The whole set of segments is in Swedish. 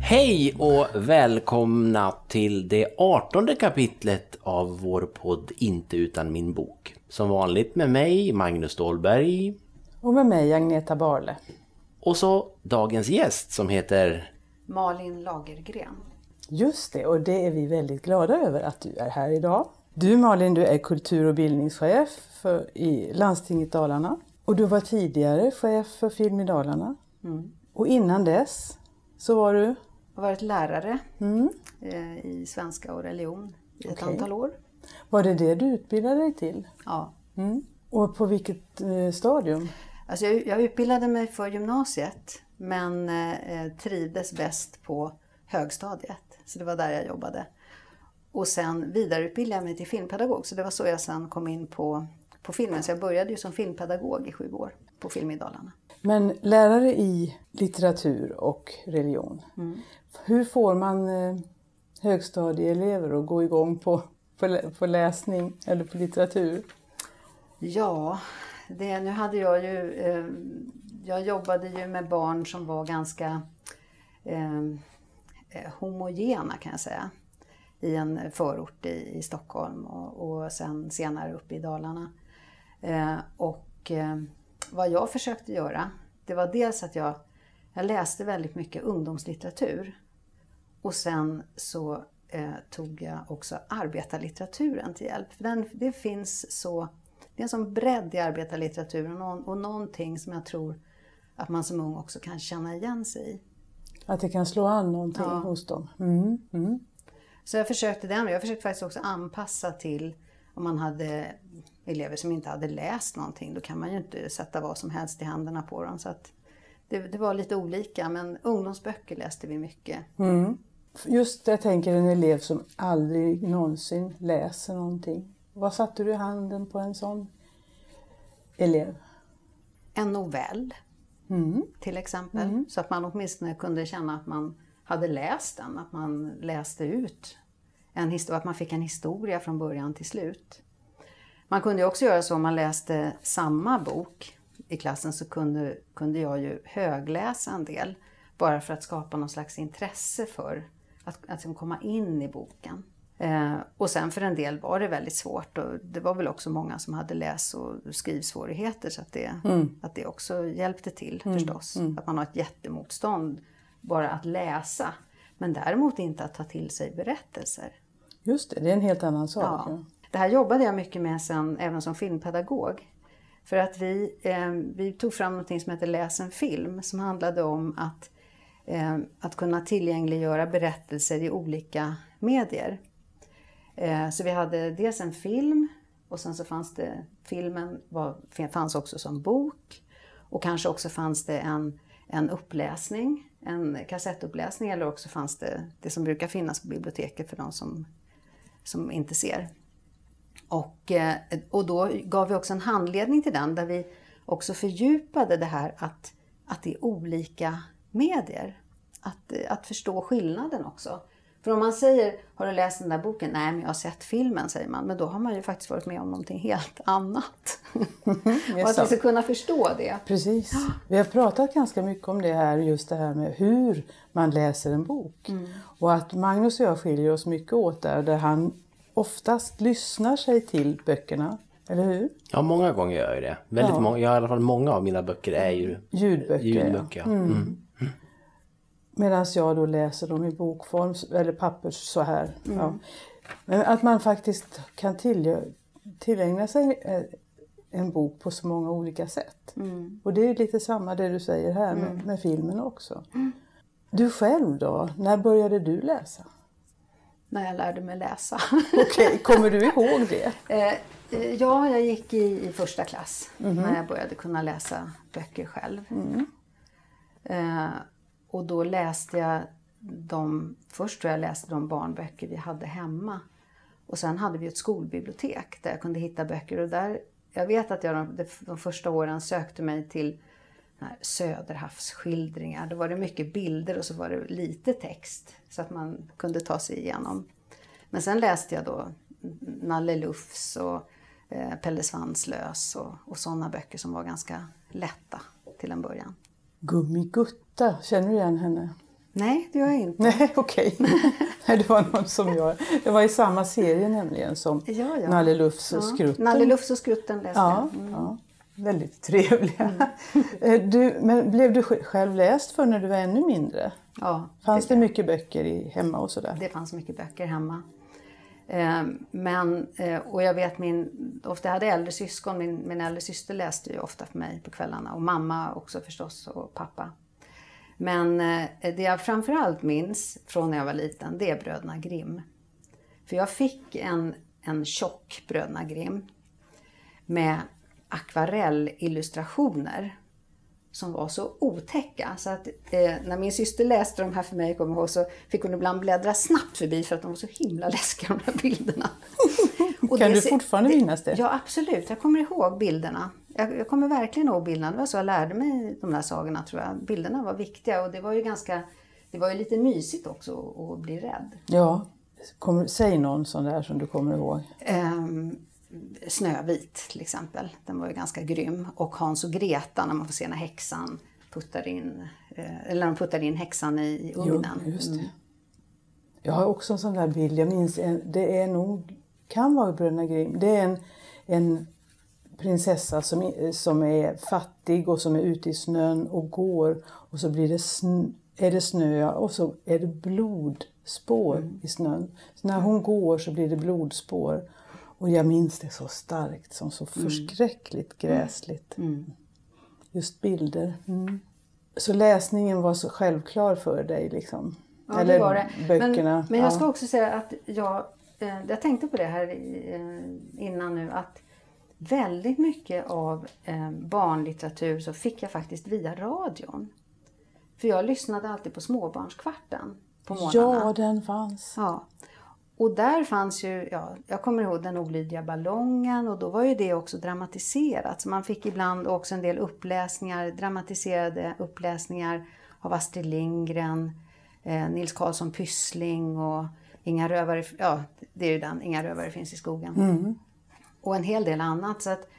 Hej och välkomna till det 18:e kapitlet av vår podd Inte utan min bok. Som vanligt med mig, Magnus Ståhlberg. Och med mig, Agneta Barle. Och så dagens gäst som heter Malin Lagergren. Just det, och det är vi väldigt glada över att du är här idag. Du Malin, du är kultur- och bildningschef i landstinget Dalarna. Och du var tidigare chef för Film i Dalarna. Och innan dess så var du? Jag har varit lärare i svenska och religion i ett antal år. Var det du utbildade dig till? Ja. Och på vilket stadium? Alltså jag utbildade mig för gymnasiet men trivdes bäst på högstadiet. Så det var där jag jobbade. Och sen vidareutbildade jag mig till filmpedagog. Så det var så jag sen kom in på filmen. Så jag började ju som filmpedagog i 7 år på Film i Dalarna. Men lärare i litteratur och religion. Hur får man högstadieelever att gå igång på läsning eller på litteratur? Ja, nu hade jag ju... jag jobbade ju med barn som var ganska homogena kan jag säga. I en förort i Stockholm och sen senare uppe i Dalarna. Vad jag försökte göra, det var dels att jag läste väldigt mycket ungdomslitteratur. Och sen så tog jag också arbetarlitteraturen till hjälp. För det är en sån bredd i arbetarlitteraturen och någonting som jag tror att man som ung också kan känna igen sig i. Att det kan slå an någonting hos dem. Så jag försökte faktiskt också anpassa till om man hade elever som inte hade läst någonting. Då kan man ju inte sätta vad som helst i händerna på dem. Så att det var lite olika, men ungdomsböcker läste vi mycket. Just jag tänker en elev som aldrig någonsin läser någonting. Vad satte du i handen på en sån elev? En novell till exempel. Så att man åtminstone kunde känna att man hade läst den. Att man läste ut en historia, att man fick en historia från början till slut. Man kunde ju också göra så om man läste samma bok i klassen, så kunde jag ju högläsa en del. Bara för att skapa någon slags intresse för att komma in i boken. Och sen för en del var det väldigt svårt, och det var väl också många som hade läs- och skrivsvårigheter, så att det också hjälpte till förstås. Att man har ett jättemotstånd bara att läsa, men däremot inte att ta till sig berättelser. Just det är en helt annan sak. Ja. Det här jobbade jag mycket med sen även som filmpedagog. För att vi tog fram något som heter Läs en film, som handlade om att kunna tillgängliggöra berättelser i olika medier. Så vi hade dels en film, och sen så fanns filmen fanns också som bok, och kanske också fanns det en uppläsning, en kassettuppläsning, eller också fanns det som brukar finnas på biblioteket för de som inte ser. Och då gav vi också en handledning till den, där vi också fördjupade det här att det är olika medier. Att förstå skillnaden också. För om man säger, har du läst den där boken? Nej, men jag har sett filmen, säger man. Men då har man ju faktiskt varit med om någonting helt annat. Och att vi ska kunna förstå det. Precis. Vi har pratat ganska mycket om det här, just det här med hur man läser en bok. Och att Magnus och jag skiljer oss mycket åt där han oftast lyssnar sig till böckerna. Eller hur? Ja, många gånger gör jag det. Väldigt många, i alla fall många av mina böcker är ju ljudböcker. Medan jag då läser dem i bokform eller papper så här. Ja. Men att man faktiskt kan tillägna sig en bok på så många olika sätt. Och det är lite samma det du säger här med filmen också. Du själv då, när började du läsa? När jag lärde mig läsa. Okej, kommer du ihåg det? Ja, jag gick i första klass när jag började kunna läsa böcker själv. Och då läste jag först tror jag läste de barnböcker vi hade hemma. Och sen hade vi ett skolbibliotek där jag kunde hitta böcker. Och där, jag vet att jag de första åren sökte mig till Söderhavsskildringar. Då var det mycket bilder och så var det lite text så att man kunde ta sig igenom. Men sen läste jag då Nalle Lufs och Pelle Svanslös och sådana böcker som var ganska lätta till en början. Gummigutta, känner du igen henne? Nej, det gör jag inte. Nej, okej. Det var någon som jag... Det var i samma serie nämligen som Nalle Lufs och Skrutten. Nalle Lufs och Skrutten läste jag. Ja, väldigt trevliga. Men blev du själv läst för när du var ännu mindre? Ja. Fanns det mycket böcker hemma och sådär? Det fanns mycket böcker hemma. Och jag vet ofta hade äldre syskon, min äldre syster läste ju ofta för mig på kvällarna. Och mamma också förstås, och pappa. Men det jag framförallt minns från när jag var liten, det är Bröderna Grimm. För jag fick en tjock Bröderna Grimm med akvarellillustrationer som var så otäcka. Så att när min syster läste de här för mig, kommer ihåg, så fick hon ibland bläddra snabbt förbi för att de var så himla läskiga, de här bilderna. Och kan du fortfarande minnas det? Ja, absolut. Jag kommer ihåg bilderna. Jag kommer verkligen ihåg bilderna. Det var så jag lärde mig de där sagorna, tror jag. Bilderna var viktiga och det var ju lite mysigt också att bli rädd. Ja, säg någon sån där som du kommer ihåg. Snövit till exempel. Den var ju ganska grym. Och Hans och Greta, när man får se när häxan puttar in häxan i ugnen. Jo, just det. Jag har också en sån där bild. Jag minns, kan vara Bröderna Grimm. Det är en prinsessa som är fattig och som är ute i snön och går. Och så blir är det snö och så är det blodspår i snön. Så när hon går så blir det blodspår. Och jag minns det så starkt, som så förskräckligt gräsligt. Just bilder. Så läsningen var så självklar för dig liksom? Ja, eller det var det. Böckerna? Men jag ska också säga att jag tänkte på det här innan nu, att väldigt mycket av barnlitteratur så fick jag faktiskt via radion. För jag lyssnade alltid på Småbarnskvarten på morgnarna. Ja, den fanns. Ja. Och där fanns ju, jag kommer ihåg Den olydiga ballongen, och då var ju det också dramatiserat. Så man fick ibland också en del dramatiserade uppläsningar av Astrid Lindgren, Nils Karlsson Pyssling och Inga rövare, det är ju den, Inga rövare finns i skogen. Och en hel del annat. Så att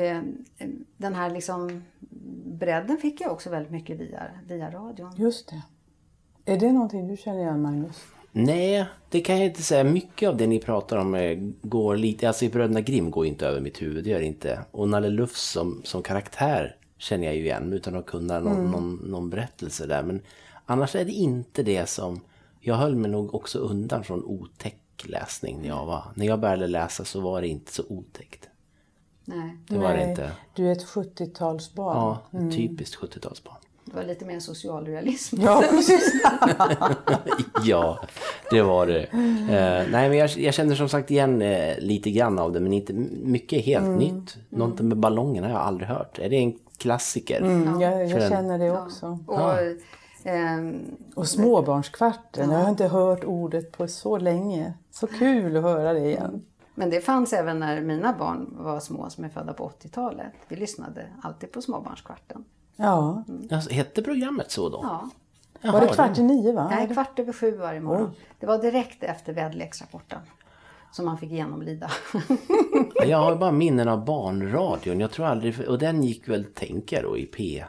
den här liksom bredden fick jag också väldigt mycket via radion. Just det. Är det någonting du känner igen, Magnus? Nej, det kan jag inte säga. Mycket av det ni pratar om går lite... Alltså i Bröderna Grimm går inte över mitt huvud, det gör det inte. Och Nalle Lufs som karaktär känner jag ju igen utan att kunna någon berättelse där. Men annars är det inte det som... Jag höll mig nog också undan från otäck läsning när jag började läsa, så var det inte så otäckt. Nej. Det var det inte. Du är ett 70-talsmen. Ja, ett typiskt 70-talsbarn. Det var lite mer socialrealism. Ja, precis. Ja, det var det. Nej, men jag känner som sagt igen lite grann av det, men inte mycket helt nytt. Någonting med ballongen har jag aldrig hört. Är det en klassiker? Jag känner det också. Ja. Och Småbarnskvarten. Jag har inte hört ordet på så länge. Så kul att höra det igen. Men det fanns även när mina barn var små, som är födda på 80-talet. Vi lyssnade alltid på Småbarnskvarten. Ja. Alltså, hette programmet så då? Ja. Jaha, var det 8:45 va? Nej, 7:15 varje morgon. Det var direkt efter väderleksrapporten som man fick genomlida. Jag har bara minnen av barnradion. Jag tror aldrig... Och den gick väl, tänker då, i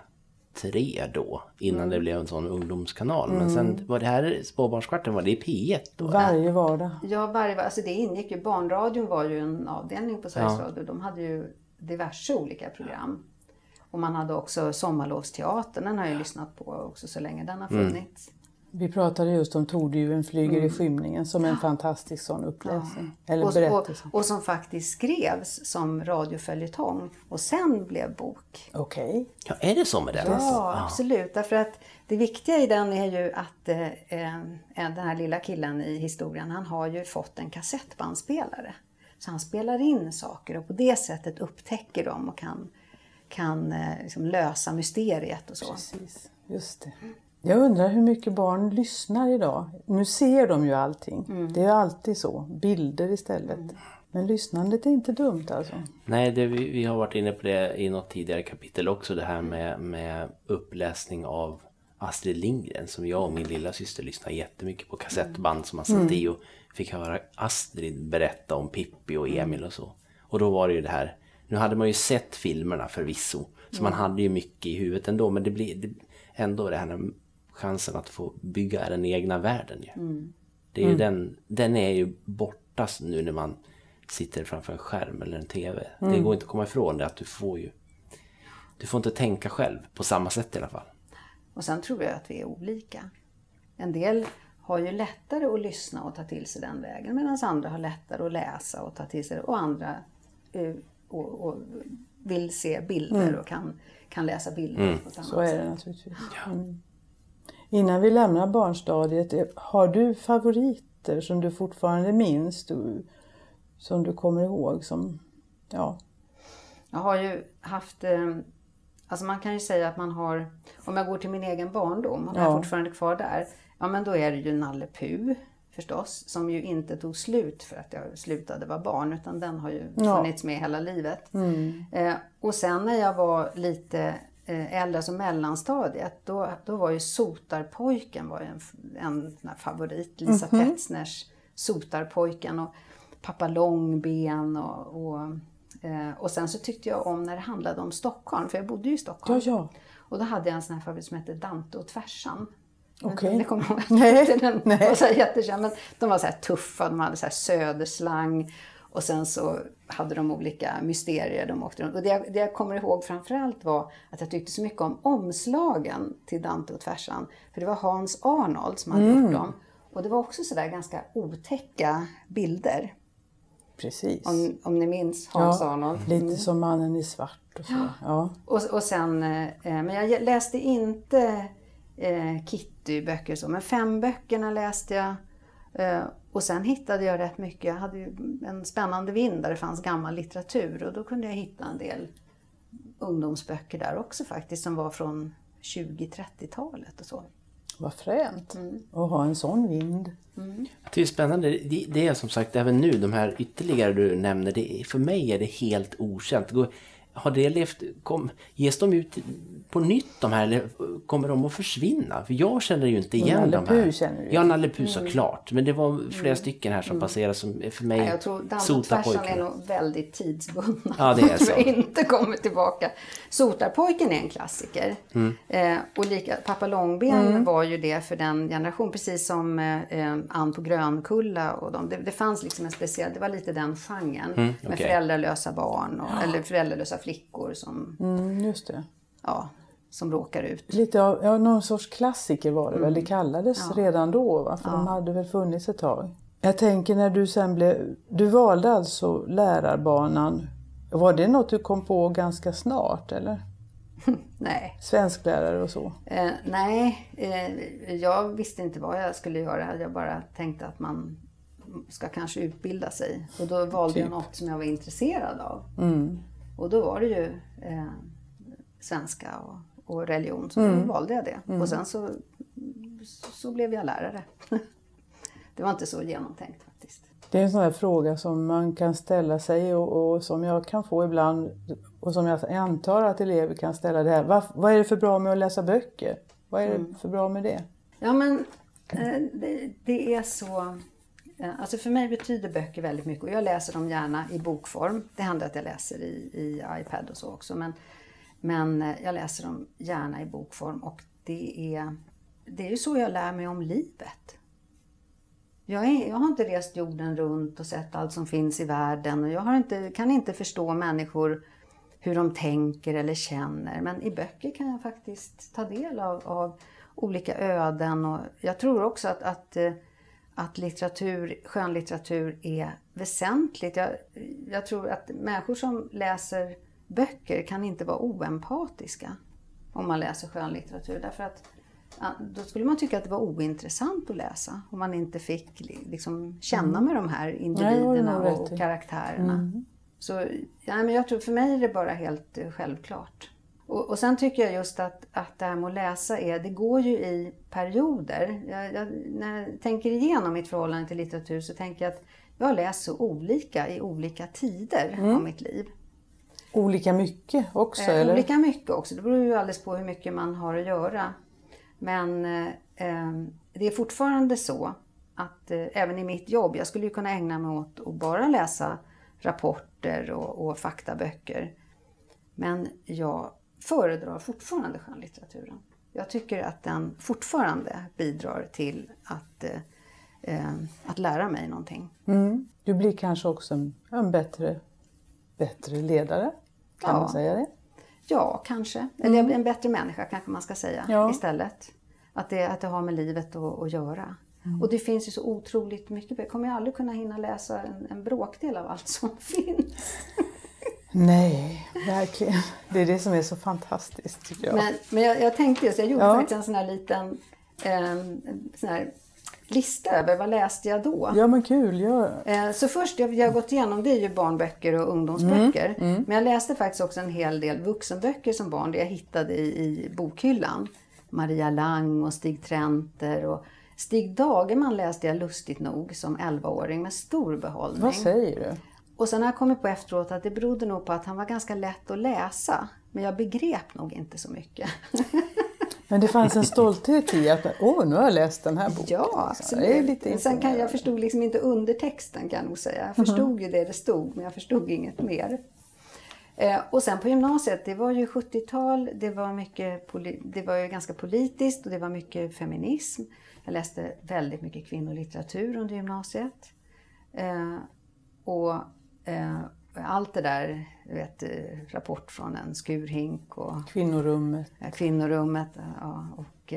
P3 då. Innan det blev en sån ungdomskanal. Men sen var det här Småbarnskvarten, var det i P1 då? Varje vardag. Ja, alltså det ingick ju. Barnradion var ju en avdelning på Sveriges Radio. De hade ju diverse olika program. Och man hade också Sommarlovsteatern, den har jag lyssnat på också så länge den har funnits. Vi pratade just om Tordjuven flyger i skymningen som en fantastisk sån uppläsning. Eller berättelse. Och som faktiskt skrevs som radioföljetong och sen blev bok. Okej. Ja, är det så med den? Ja, absolut. Därför att det viktiga i den är ju att den här lilla killen i historien, han har ju fått en kassettbandspelare. Så han spelar in saker och på det sättet upptäcker dem och kan liksom lösa mysteriet och så. Precis, just det. Jag undrar hur mycket barn lyssnar idag. Nu ser de ju allting. Det är alltid så. Bilder istället. Men lyssnandet är inte dumt alltså. Nej, vi har varit inne på det i något tidigare kapitel också. Det här med uppläsning av Astrid Lindgren. Som jag och min lilla syster lyssnade jättemycket på kassettband som man satt i. Och fick höra Astrid berätta om Pippi och Emil och så. Och då var det ju det här. Nu hade man ju sett filmerna förvisso. Så man hade ju mycket i huvudet ändå. Men det blir ändå det här när chansen att få bygga den egna världen. Ju. Det är ju den är ju borta nu när man sitter framför en skärm eller en tv. Det går inte att komma ifrån det, att du får inte tänka själv på samma sätt i alla fall. Och sen tror jag att vi är olika. En del har ju lättare att lyssna och ta till sig den vägen, medan andra har lättare att läsa och ta till sig det, och andra och vill se bilder och kan läsa bilder på ett annat sätt. Så är det naturligtvis. Innan vi lämnar barnstadiet, har du favoriter som du fortfarande minns, som du kommer ihåg? Jag har ju haft, alltså man kan ju säga att man har, om jag går till min egen barndom, om jag är fortfarande kvar där, men då är det ju Nalle Puh förstås, som ju inte tog slut för att jag slutade vara barn, utan den har ju funnits med hela livet. Och sen när jag var lite äldre, som mellanstadiet, då var ju Sotarpojken var ju en favorit. Lisa Tetzners Sotarpojken och Pappa Långben och sen så tyckte jag om när det handlade om Stockholm, för jag bodde ju i Stockholm. Ja. Och då hade jag en sån här favorit som hette Dante och Tvärsan. Okej. Det kommer jag ihåg. Nej. Var så här jättekänd, men de var så här tuffa, de hade så här söderslang. Och sen så hade de olika mysterier de åkte runt. Och det jag kommer ihåg framförallt var att jag tyckte så mycket om omslagen till Dante och Tvärsan. För det var Hans Arnold som hade gjort dem. Och det var också sådär ganska otäcka bilder. Precis. Om ni minns Hans Arnold. Lite som Mannen i svart och så. Ja. Och sen, men jag läste inte Kitty-böcker så. Men 5 böckerna läste jag. Och sen hittade jag rätt mycket. Jag hade ju en spännande vind där det fanns gammal litteratur. Och då kunde jag hitta en del ungdomsböcker där också faktiskt. Som var från 20-30-talet och så. Vad fränt att ha en sån vind. Det är spännande. Det är som sagt även nu, de här ytterligare du nämner, för mig är det helt okänt. Har det ges de ut på nytt de här, eller kommer de att försvinna? För jag känner ju inte igen de här. Känner du? Ja, Nalle Puh såklart. Men det var flera stycken här som passerade som för mig. Jag tror Dante och Tvärsan är nog väldigt tidsbundna. Ja, det är så. För inte kommer tillbaka. Sotarpojken är en klassiker. Och Pappa Långben var ju det för den generation. Precis som Ann på Grönkulla och de. Det fanns liksom en speciell, det var lite den genren. Med föräldralösa barn eller föräldralösa flickor som... just det. Ja, som råkar ut. Lite av någon sorts klassiker var det väl. Det kallades redan då, va? För de hade väl funnits ett tag. Jag tänker när du sen du valde alltså lärarbanan. Var det något du kom på ganska snart, eller? Nej. Svensklärare och så? Nej, jag visste inte vad jag skulle göra. Jag bara tänkte att man ska kanske utbilda sig. Och då valde jag något som jag var intresserad av. Och då var det ju svenska och religion. Så då valde jag det. Och sen så blev jag lärare. Det var inte så genomtänkt faktiskt. Det är en sån här fråga som man kan ställa sig och som jag kan få ibland. Och som jag antar att elever kan ställa det här. Vad är det för bra med att läsa böcker? Vad är det för bra med det? Ja, men det är så... Alltså för mig betyder böcker väldigt mycket. Och jag läser dem gärna i bokform. Det händer att jag läser i iPad och så också. Men jag läser dem gärna i bokform. Och det är ju så jag lär mig om livet. Jag har inte rest jorden runt och sett allt som finns i världen. Och jag kan inte förstå människor hur de tänker eller känner. Men i böcker kan jag faktiskt ta del av olika öden. Och jag tror också att skönlitteratur är väsentligt. Jag tror att människor som läser böcker kan inte vara oempatiska om man läser skönlitteratur. Därför att då skulle man tycka att det var ointressant att läsa om man inte fick liksom känna med de här individerna och karaktärerna. Så men jag tror för mig är det bara helt självklart. Och sen tycker jag just att det här med att läsa det går ju i perioder. När jag tänker igenom mitt förhållande till litteratur så tänker jag att jag har läst så olika i olika tider av mitt liv. Olika mycket också, eller? Olika mycket också. Det beror ju alldeles på hur mycket man har att göra. Men det är fortfarande så att även i mitt jobb, jag skulle ju kunna ägna mig åt att bara läsa rapporter och faktaböcker. Men jag föredrar fortfarande skönlitteraturen. Jag tycker att den fortfarande bidrar till att lära mig någonting. Du blir kanske också en bättre ledare, kan man säga det? Ja, kanske. Eller en bättre människa kanske man ska säga istället. Att det har med livet att göra. Och det finns ju så otroligt mycket. Jag kommer ju aldrig kunna hinna läsa en bråkdel av allt som finns. Nej, verkligen. Det är det som är så fantastiskt, tycker jag. Men jag tänkte just, jag gjorde faktiskt en sån här liten sån här lista över vad läste jag då. Ja, men kul. Så först, jag har gått igenom, det är ju barnböcker och ungdomsböcker. Men jag läste faktiskt också en hel del vuxenböcker som barn. Det jag hittade i bokhyllan. Maria Lang och Stig Trenter och Stig Dagerman läste jag lustigt nog som 11-åring med stor behållning. Vad säger du? Och sen har jag kommit på efteråt att det berodde nog på att han var ganska lätt att läsa. Men jag begrep nog inte så mycket. Men det fanns en stolthet i att nu har jag läst den här boken. Ja, absolut. Det är lite sen jag förstod liksom inte undertexten, kan jag nog säga. Jag förstod ju det stod, men jag förstod inget mer. Och sen på gymnasiet, det var ju 70-tal, det var ju ganska politiskt och det var mycket feminism. Jag läste väldigt mycket kvinnolitteratur under gymnasiet. Och allt det där, rapport från en skurhink och Kvinnorummet. Kvinnorummet, ja, och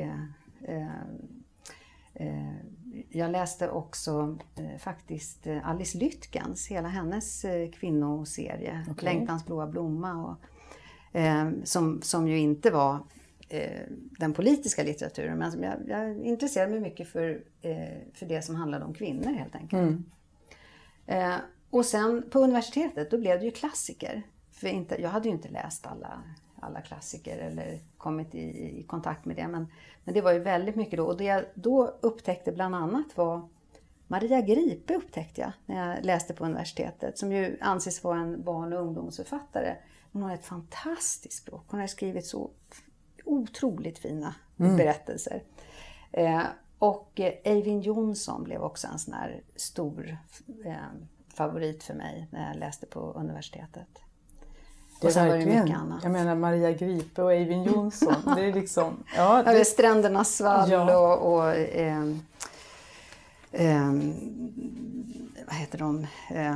jag läste också faktiskt Alice Lytkens, hela hennes kvinnoserie, Längtans blåa blomma, och, som ju inte var den politiska litteraturen, men som jag intresserade mig mycket för det som handlade om kvinnor helt enkelt. Och sen på universitetet, då blev det ju klassiker. För jag hade ju inte läst alla klassiker eller kommit i kontakt med det. Men det var ju väldigt mycket då. Och det jag då upptäckte bland annat var Maria Gripe, upptäckte jag när jag läste på universitetet. Som ju anses vara en barn- och ungdomsförfattare. Men hon har ett fantastiskt språk. Hon har skrivit så otroligt fina berättelser. Och Eivind Johnson blev också en sån här stor favorit för mig när jag läste på universitetet. Det och sen verkligen, var det mycket annat. Jag menar Maria Gripe och Eivind Johnson. Det är liksom... Ja, det är Strändernas svall och vad heter de?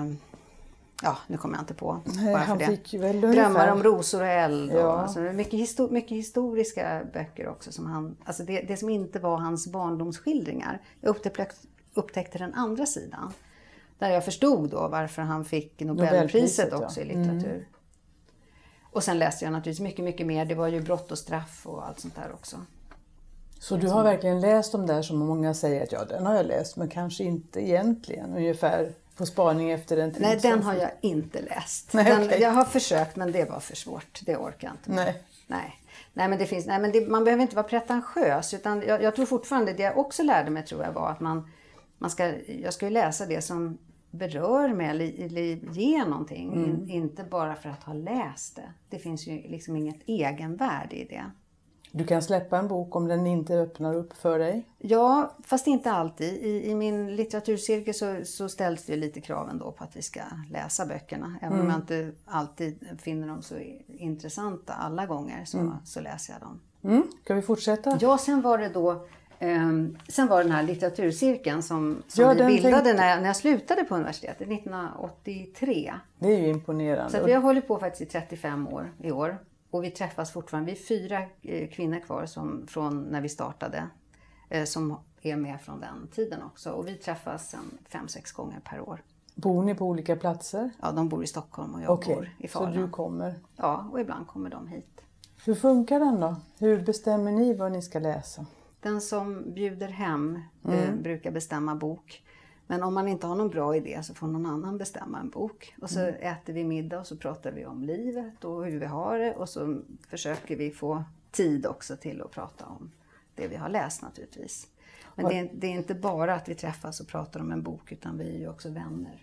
Nu kommer jag inte på. Bara för det. Fick väl Drömmar om rosor och eld. Och, alltså, mycket historiska böcker också. Som han, alltså det som inte var hans barndomsskildringar. Jag upptäckte den andra sidan. Där jag förstod då varför han fick Nobelpriset också i litteratur. Och sen läste jag naturligtvis mycket, mycket mer. Det var ju Brott och straff och allt sånt där också. Så du har verkligen läst de där som många säger att den har jag läst, men kanske inte egentligen. Ungefär på spaning efter den tiden. Nej, den har jag inte läst. Jag har försökt, men det var för svårt. Det orkar jag inte med. Nej, men det finns, man behöver inte vara pretentiös. Utan jag tror fortfarande, det jag också lärde mig tror jag var att jag ska ju läsa det som berör mig eller ger någonting. Inte bara för att ha läst det. Det finns ju liksom inget egenvärde i det. Du kan släppa en bok om den inte öppnar upp för dig? Ja, fast inte alltid. I min litteraturcirkel så ställs det lite kraven då på att vi ska läsa böckerna. Även om jag inte alltid finner dem så intressanta alla gånger så läser jag dem. Kan vi fortsätta? Ja, sen var det då... sen var den här litteraturcirkeln som vi bildade när jag slutade på universitetet 1983. Det är ju imponerande. Så vi har hållit på faktiskt i 35 år i år. Och vi träffas fortfarande. Vi är 4 kvinnor kvar från när vi startade. Som är med från den tiden också. Och vi träffas 5-6 gånger per år. Bor ni på olika platser? Ja, de bor i Stockholm och jag bor i Falun. Så du kommer? Ja, och ibland kommer de hit. Hur funkar den då? Hur bestämmer ni vad ni ska läsa? Den som bjuder hem brukar bestämma bok. Men om man inte har någon bra idé så får någon annan bestämma en bok. Och så äter vi middag och så pratar vi om livet och hur vi har det. Och så försöker vi få tid också till att prata om det vi har läst naturligtvis. Men det är inte bara att vi träffas och pratar om en bok utan vi är ju också vänner.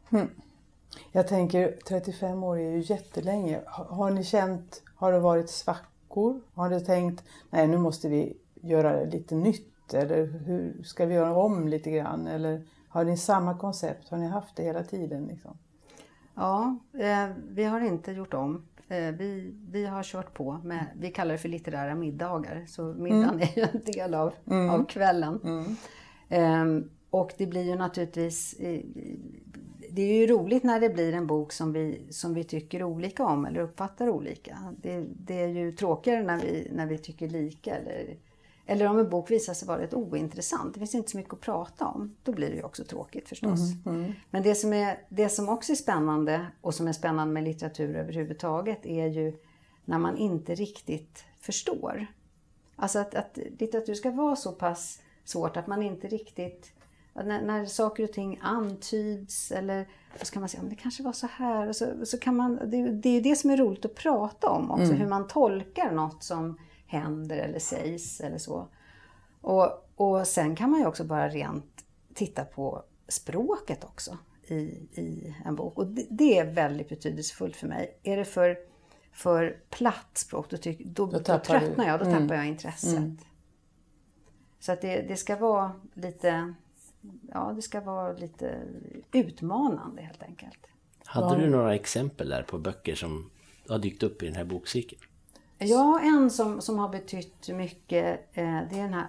Jag tänker 35 år är ju jättelänge. Har det varit svackor? Har du tänkt, nej nu måste vi göra lite nytt? Eller hur ska vi göra om lite grann? Eller har ni samma koncept? Har ni haft det hela tiden? Liksom? Ja, vi har inte gjort om. Vi har kört på med, vi kallar det för litterära middagar. Så middagen är ju en del av kvällen. Och det blir ju naturligtvis, det är ju roligt när det blir en bok som vi tycker olika om eller uppfattar olika. Det är ju tråkigare när vi tycker lika eller om en bok visar sig vara rätt ointressant. Det finns inte så mycket att prata om. Då blir det ju också tråkigt förstås. Men det som också är spännande och som är spännande med litteratur överhuvudtaget är ju när man inte riktigt förstår. Alltså att litteratur ska vara så pass svårt att man inte riktigt, när saker och ting antyds eller så kan man säga, men det kanske var så här. Och så kan man, det är ju det som är roligt att prata om också, hur man tolkar något som händer eller sägs eller så. Och sen kan man ju också bara rent titta på språket också i en bok. Och det är väldigt betydelsefullt för mig. Är det för platt språk, då tröttnar jag, då tappar jag intresset. Så att det ska vara lite, det ska vara lite utmanande helt enkelt. Hade du några exempel där på böcker som har dykt upp i den här bokcirkeln? Ja, en som har betytt mycket, det är den här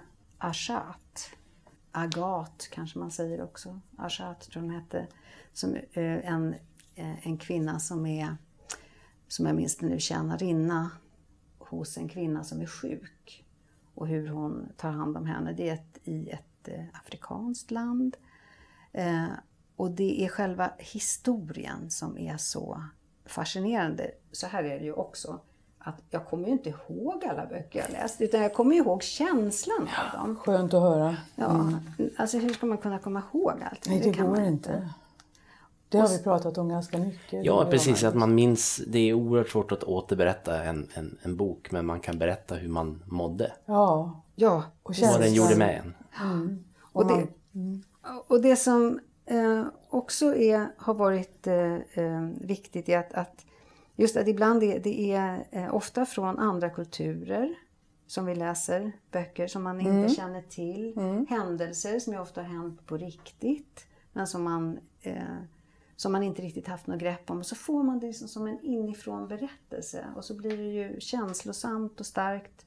Agat kanske man säger också. Agat tror jag hette. Som en kvinna som jag minns det nu, tjänarinna hos en kvinna som är sjuk. Och hur hon tar hand om henne. Det är i ett afrikanskt land. Och det är själva historien som är så fascinerande. Så här är det ju också. Att jag kommer ju inte ihåg alla böcker jag läst. Utan jag kommer ihåg känslan av dem. Skönt att höra. Ja, alltså hur ska man kunna komma ihåg allt? Nej, det går inte. Det har vi pratat om ganska mycket. Ja, precis. Att man minns, det är oerhört svårt att återberätta en bok. Men man kan berätta hur man mådde. Ja. Och vad den gjorde med en. Och det som också har varit viktigt är att just att ibland det är ofta från andra kulturer som vi läser böcker som man inte känner till. Händelser som ju ofta har hänt på riktigt. Men som man inte riktigt haft något grepp om. Och så får man det som en inifrån berättelse. Och så blir det ju känslosamt och starkt.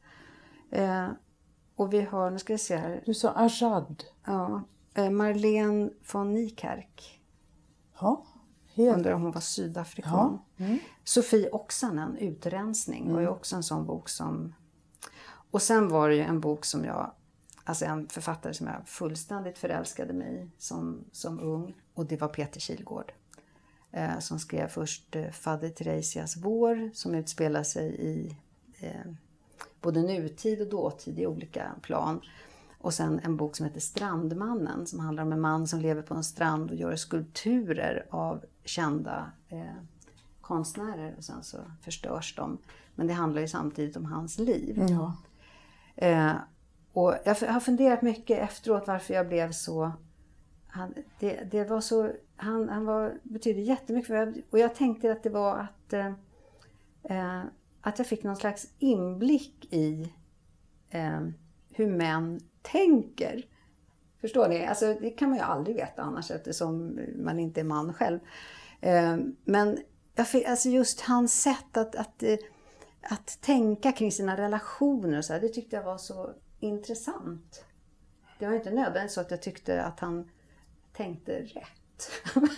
Och vi har, nu ska jag se här. Du sa Ajad. Ja, Marlene von Niekerk. Ja. Undrar om hon var sydafrikan. Sofie Oksanen, Utrensning, var ju också en sån bok som... Och sen var det ju en bok som alltså en författare som jag fullständigt förälskade mig som ung. Och det var Peter Kilgård. Som skrev först Fader Teresias vår, som utspelar sig i både nutid och dåtid i olika plan. Och sen en bok som heter Strandmannen, som handlar om en man som lever på en strand och gör skulpturer av kända konstnärer. Och sen så förstörs de. Men det handlar ju samtidigt om hans liv. Ja. Och jag har funderat mycket efteråt varför jag blev så... Det var så... Han betydde jättemycket för mig. Och jag tänkte att det var att jag fick någon slags inblick i hur män tänker. Förstår ni? Alltså det kan man ju aldrig veta annars eftersom man inte är man själv. Men alltså just hans sätt att tänka kring sina relationer och så här, det tyckte jag var så intressant. Det var inte nödvändigt så att jag tyckte att han tänkte rätt.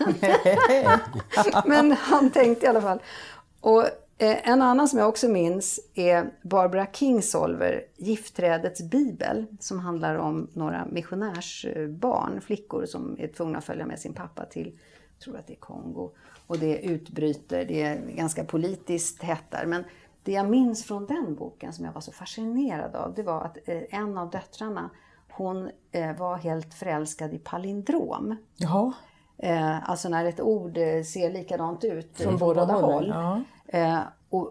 Men han tänkte i alla fall. Och en annan som jag också minns är Barbara Kingsolver, Giftträdets bibel, som handlar om några missionärsbarn, flickor som är tvungna att följa med sin pappa till, jag tror att det är Kongo. Och det utbryter, det är ganska politiskt hett där. Men det jag minns från den boken som jag var så fascinerad av, det var att en av döttrarna, hon var helt förälskad i palindrom. Jaha. Alltså när ett ord ser likadant ut från båda håll. Ja.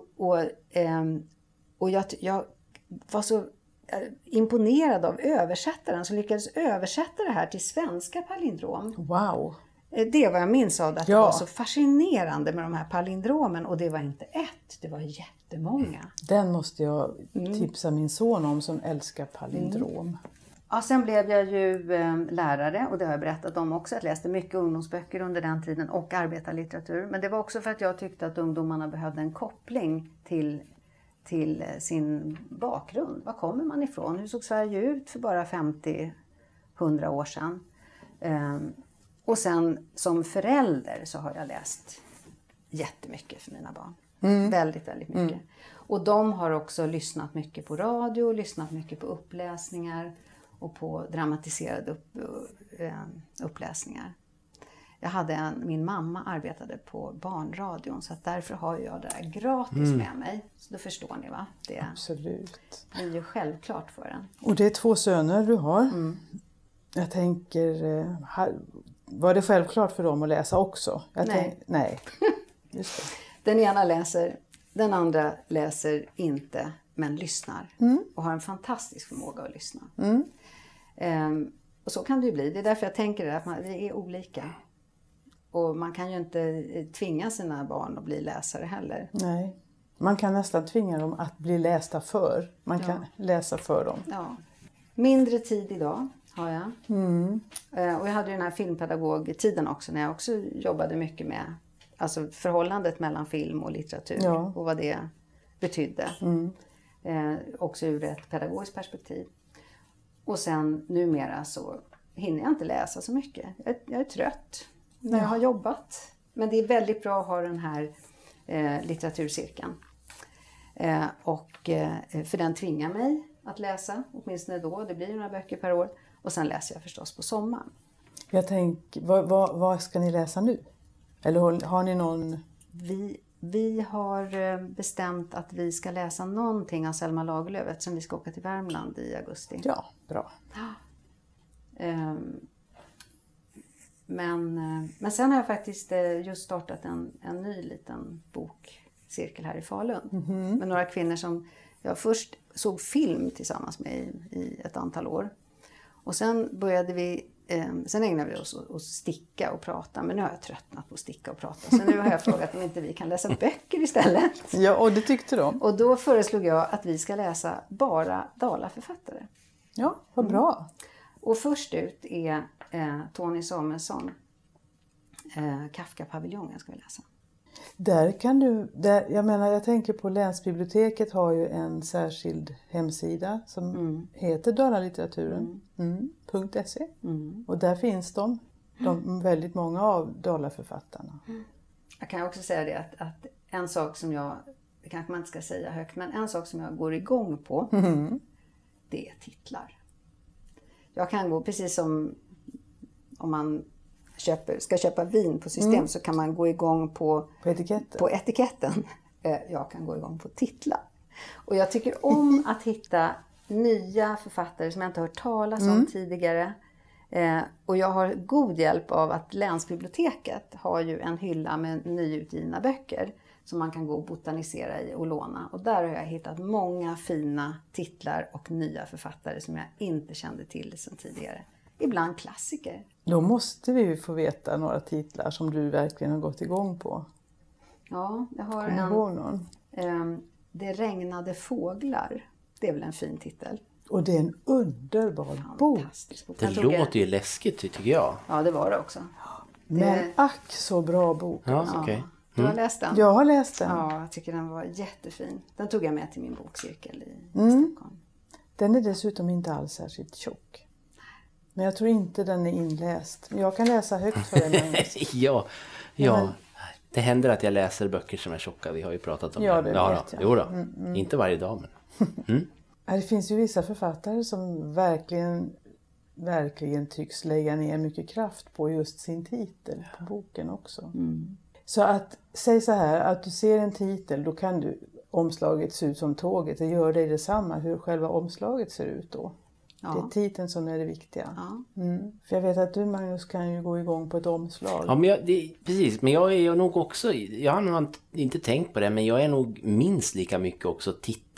Och jag var så imponerad av översättaren som lyckades översätta det här till svenska palindrom. Wow. Det var jag minns av att det var så fascinerande med de här palindromen. Och det var inte ett, det var jättemånga. Den måste jag tipsa min son om som älskar palindrom. Ja, sen blev jag ju lärare och det har jag berättat om också. Jag läste mycket ungdomsböcker under den tiden och arbetarlitteratur. Men det var också för att jag tyckte att ungdomarna behövde en koppling till sin bakgrund. Var kommer man ifrån? Hur såg Sverige ut för bara 50-100 år sedan? Och sen som förälder så har jag läst jättemycket för mina barn. Väldigt, väldigt mycket. Och de har också lyssnat mycket på radio, lyssnat mycket på uppläsningar och på dramatiserade uppläsningar. Min mamma arbetade på barnradion så att därför har jag det där gratis med mig. Så då förstår ni va? Det Absolut. är ju självklart för en. Och det är 2 söner du har. Jag tänker, var det självklart för dem att läsa också? Nej. Just det. Den ena läser, den andra läser inte men lyssnar. Och har en fantastisk förmåga att lyssna. Och så kan det ju bli. Det är därför jag tänker att vi är olika. Och man kan ju inte tvinga sina barn att bli läsare heller. Nej. Man kan nästan tvinga dem att bli lästa för. Man kan läsa för dem. Ja. Mindre tid idag har jag. Och jag hade ju den här filmpedagogtiden också. När jag också jobbade mycket med alltså förhållandet mellan film och litteratur. Och vad det betydde. Också ur ett pedagogiskt perspektiv. Och sen numera så hinner jag inte läsa så mycket. Jag är trött när jag har jobbat. Men det är väldigt bra att ha den här litteraturcirkeln. För den tvingar mig att läsa, åtminstone då. Det blir ju några böcker per år. Och sen läser jag förstås på sommaren. Jag tänker, vad ska ni läsa nu? Eller har ni någon... Vi har bestämt att vi ska läsa någonting av Selma Lagerlöf eftersom vi ska åka till Värmland i augusti. Ja, bra. Men sen har jag faktiskt just startat en ny liten bokcirkel här i Falun. Med några kvinnor som jag först såg film tillsammans med i ett antal år. Och sen sen ägnade vi oss att sticka och prata. Men nu har jag tröttnat på att sticka och prata. Så nu har jag frågat om inte vi kan läsa böcker istället. Ja, och det tyckte de. Och då föreslog jag att vi ska läsa bara dalaförfattare. Ja, vad bra. Och först ut är Tony Samuelsson. Kafka-paviljongen ska vi läsa. Där kan du, jag tänker på Länsbiblioteket har ju en särskild hemsida som heter dalalitteraturen.se. Och där finns de väldigt många av dalaförfattarna. Jag kan också säga det att en sak som det kanske man inte ska säga högt, men en sak som jag går igång på, det är titlar. Jag kan gå, precis som om man ska köpa vin på system så kan man gå igång på etiketten. Jag kan gå igång på titlar. Och jag tycker om att hitta nya författare som jag inte har hört talas om tidigare. Och jag har god hjälp av att Länsbiblioteket har ju en hylla med nyutgivna böcker som man kan gå och botanisera i och låna. Och där har jag hittat många fina titlar och nya författare som jag inte kände till sedan tidigare. Ibland klassiker. Då måste vi ju få veta några titlar som du verkligen har gått igång på. Ja, jag har någon. Det regnade fåglar. Det är väl en fin titel. Och det är en underbar bok. Det låter ju läskigt tycker jag. Ja, det var det också. Men ack så bra bok. Ja, okej. Du har läst den? Jag har läst den. Ja, jag tycker den var jättefin. Den tog jag med till min bokcirkel i Stockholm. Den är dessutom inte alls särskilt tjock. Men jag tror inte den är inläst. Jag kan läsa högt för den. Ja. Det händer att jag läser böcker som är tjocka. Vi har ju pratat om det. Ja, vet jag. Jo då. Inte varje dag, men... Det finns ju vissa författare som verkligen tycks lägga ner mycket kraft på just sin titel på boken också. Så att, säg så här, att du ser en titel, då kan du omslaget se ut som tåget. Det gör dig detsamma hur själva omslaget ser ut då. Ja. Det är titeln som är det viktiga. Ja. För jag vet att du, Magnus, kan ju gå igång på ett omslag. Ja, men precis. Men jag är nog också, jag har nog inte tänkt på det, men jag är nog minst lika mycket också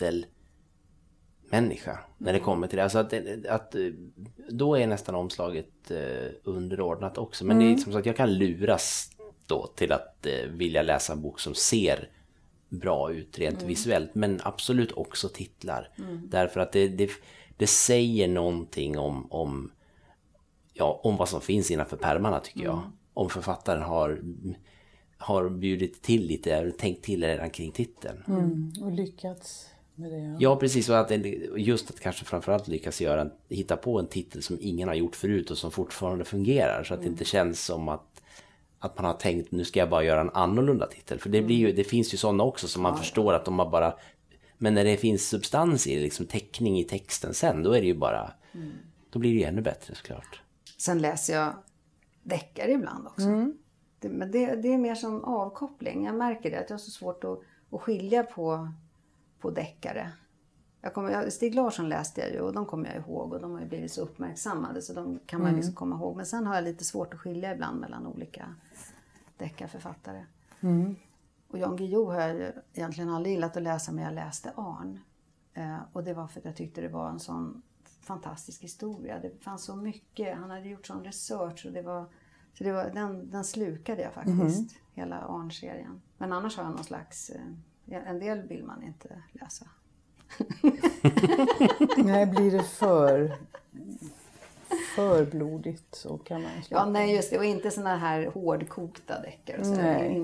titelmänniska när det kommer till det. Alltså att då är nästan omslaget underordnat också. Men det är som sagt, jag kan luras då till att vilja läsa en bok som ser bra ut rent visuellt, men absolut också titlar. Därför att det säger någonting om vad som finns innanför pärmarna tycker jag. Om författaren har bjudit till lite, tänkt till redan kring titeln. Och lyckats med det. Ja, precis. Och just att kanske framförallt lyckas hitta på en titel som ingen har gjort förut och som fortfarande fungerar. Så att det inte känns som att man har tänkt, nu ska jag bara göra en annorlunda titel. För det finns ju sådana också som man förstår att de har bara... Men när det finns substans i liksom täckning i texten sen, då är det ju bara... Då blir det ju ännu bättre såklart. Sen läser jag deckare ibland också. Men det är mer som avkoppling. Jag märker det, att jag har så svårt att skilja på deckare. Stig Larsson läste jag ju och de kommer jag ihåg och de har ju blivit så uppmärksammade så de kan man liksom komma ihåg. Men sen har jag lite svårt att skilja ibland mellan olika deckarförfattare. Och Jan Guillou har jag ju egentligen aldrig gillat att läsa, men jag läste Arn. Och det var för att jag tyckte det var en sån fantastisk historia. Det fanns så mycket, han hade gjort sån research och den slukade jag faktiskt, hela Arn-serien. Men annars har jag någon slags, en del vill man inte läsa. Nej, blir det för blodigt så kan man släppa. Ja, nej just det, och inte såna här hårdkokta deckare och så.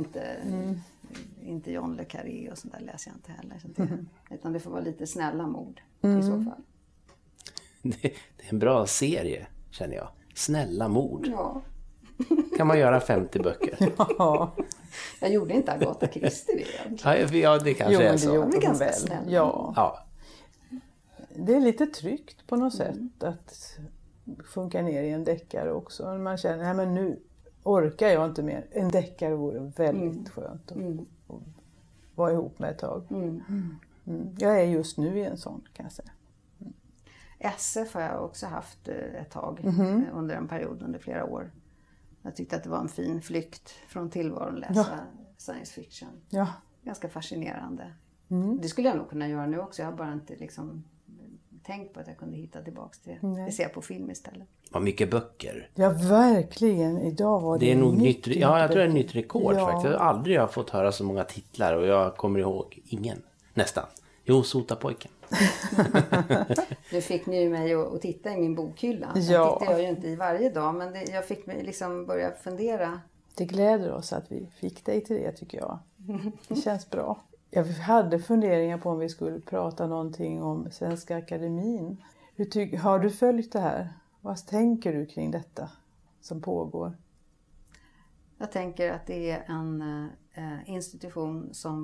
Inte John le Carré och sånt där läser jag inte heller. Utan det får vara lite snälla mord i så fall. Det är en bra serie, känner jag. Snälla mord. Ja. Kan man göra 50 böcker? Ja. Jag gjorde inte Agatha Christie det egentligen. Ja, det kanske är så. Det är ganska snäll. Ja. Det är lite tryggt på något sätt att funka ner i en deckare också. Man känner, nej men nu orkar jag inte mer. En deckare vore väldigt skönt att vara ihop med ett tag. Jag är just nu i en sån, kan jag säga. SF har jag också haft ett tag under en period, under flera år. Jag tyckte att det var en fin flykt från tillvaron att läsa science fiction. Ja. Ganska fascinerande. Det skulle jag nog kunna göra nu också. Jag har bara inte liksom tänkt på att jag kunde hitta tillbaka till det. Det ser jag på film istället. Vad mycket böcker. Ja, verkligen. Idag var det är nog nytt. Ja, jag tror det är ett nytt rekord faktiskt. Jag har aldrig fått höra så många titlar och jag kommer ihåg ingen. Nästan. Jo, Sotapojken. Du fick nu mig att titta i min bokhylla. Det tittar jag ju inte i varje dag, men jag fick mig liksom börja fundera. Det gläder oss att vi fick dig till det, tycker jag. Det känns bra. Jag hade funderingar på om vi skulle prata någonting om Svenska Akademin. Har du följt det här? Vad tänker du kring detta som pågår? Jag tänker att det är en institution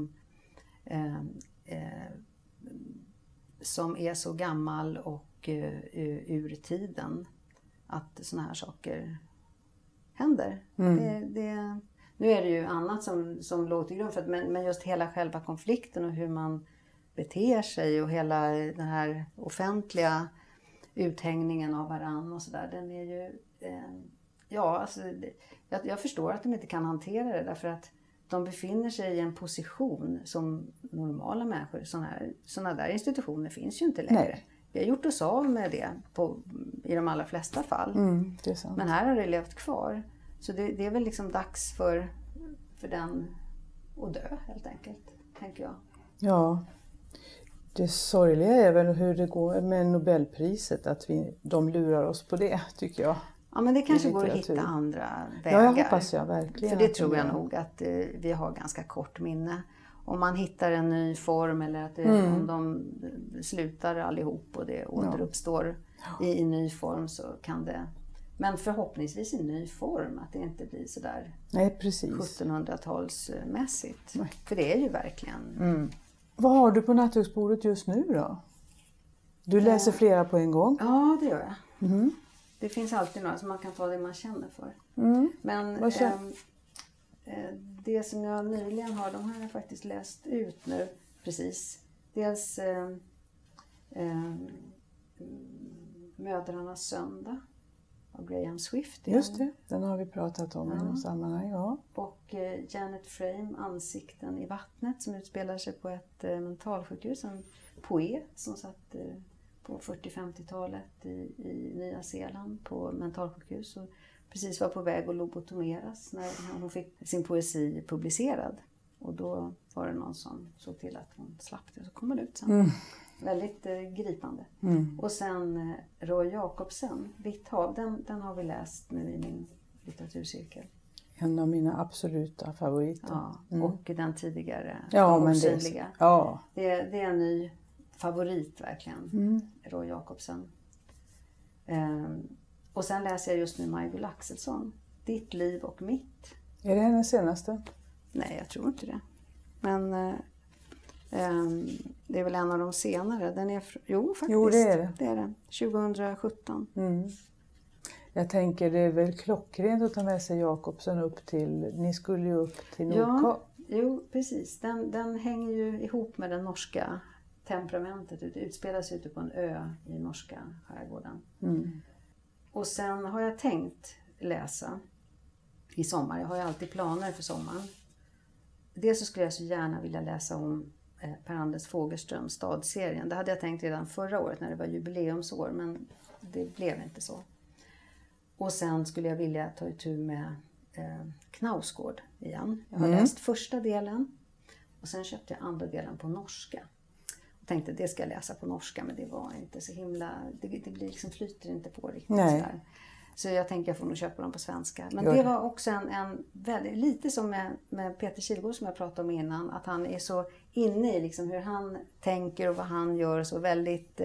som är så gammal och ur tiden att såna här saker händer. Nu är det ju annat som låg till grund för men just hela själva konflikten och hur man beter sig och hela den här offentliga uthängningen av varann och sådär, den är ju jag förstår att de inte kan hantera det därför att de befinner sig i en position som normala människor, såna där institutioner finns ju inte längre. Nej. Vi har gjort oss av med det i de allra flesta fall. Det är sant. Men här har det levt kvar. Så det är väl liksom dags för den att dö helt enkelt, tänker jag. Ja, det sorgliga är väl hur det går med Nobelpriset, att de lurar oss på det, tycker jag. Ja, men det kanske går att hitta andra vägar. Ja, jag hoppas jag verkligen. För det tror jag nog att vi har ganska kort minne. Om man hittar en ny form eller att om de slutar allihop och det återuppstår i ny form så kan det... Men förhoppningsvis i ny form, att det inte blir sådär 1700-talsmässigt. För det är ju verkligen... Vad har du på nattduksbordet just nu då? Du läser flera på en gång? Ja, det gör jag. Det finns alltid några som man kan ta det man känner för. Men det som jag nyligen har, de har jag faktiskt läst ut nu precis. Dels Mödrarnas söndag av Graham Swift. Just det, den har vi pratat om i något sammanhang. Ja. Och Janet Frame, Ansikten i vattnet, som utspelar sig på ett mentalsjukhus. En poet som satt på 40-50-talet i Nya Zeeland på mentalsjukhus och precis var på väg att lobotomeras när hon fick sin poesi publicerad. Och då var det någon som såg till att hon slapp det och så kom hon ut sen. Väldigt gripande. Och sen Roy Jacobsen, Vitt hav, den har vi läst nu i min litteraturcirkel. En av mina absoluta favoriter. Ja, och den tidigare, ja, De men osynliga. Det är en ny favorit verkligen, Roy Jacobsen. Och sen läser jag just nu Maj-Gull Axelsson, Ditt liv och mitt. Är det hennes senaste? Nej, jag tror inte det. Men det är väl en av de senare. Den är faktiskt. Jo, det är det. Det är det. 2017. Jag tänker det är väl klockrent att ta med sig Jacobsen upp till, ni skulle ju upp till Nordkap. Ja, jo precis. Den hänger ju ihop med den norska temperamentet. Det utspelas ute på en ö i norska skärgården. Och sen har jag tänkt läsa i sommar. Jag har ju alltid planer för sommaren. Dels så skulle jag så gärna vilja läsa om Per-Anders Fogelström, Stadserien. Det hade jag tänkt redan förra året när det var jubileumsår, men det blev inte så. Och sen skulle jag vilja ta itu med Knausgård igen. Jag har läst första delen och sen köpte jag andra delen på norska. Jag tänkte det ska jag läsa på norska, men det var inte så himla, det blir liksom, flyter inte på riktigt sådär. Så jag tänker jag får nog köpa dem på svenska. Men det var också en väldigt, lite som med Peter Kilgård som jag pratade om innan. Att han är så inne i liksom hur han tänker och vad han gör. Så väldigt,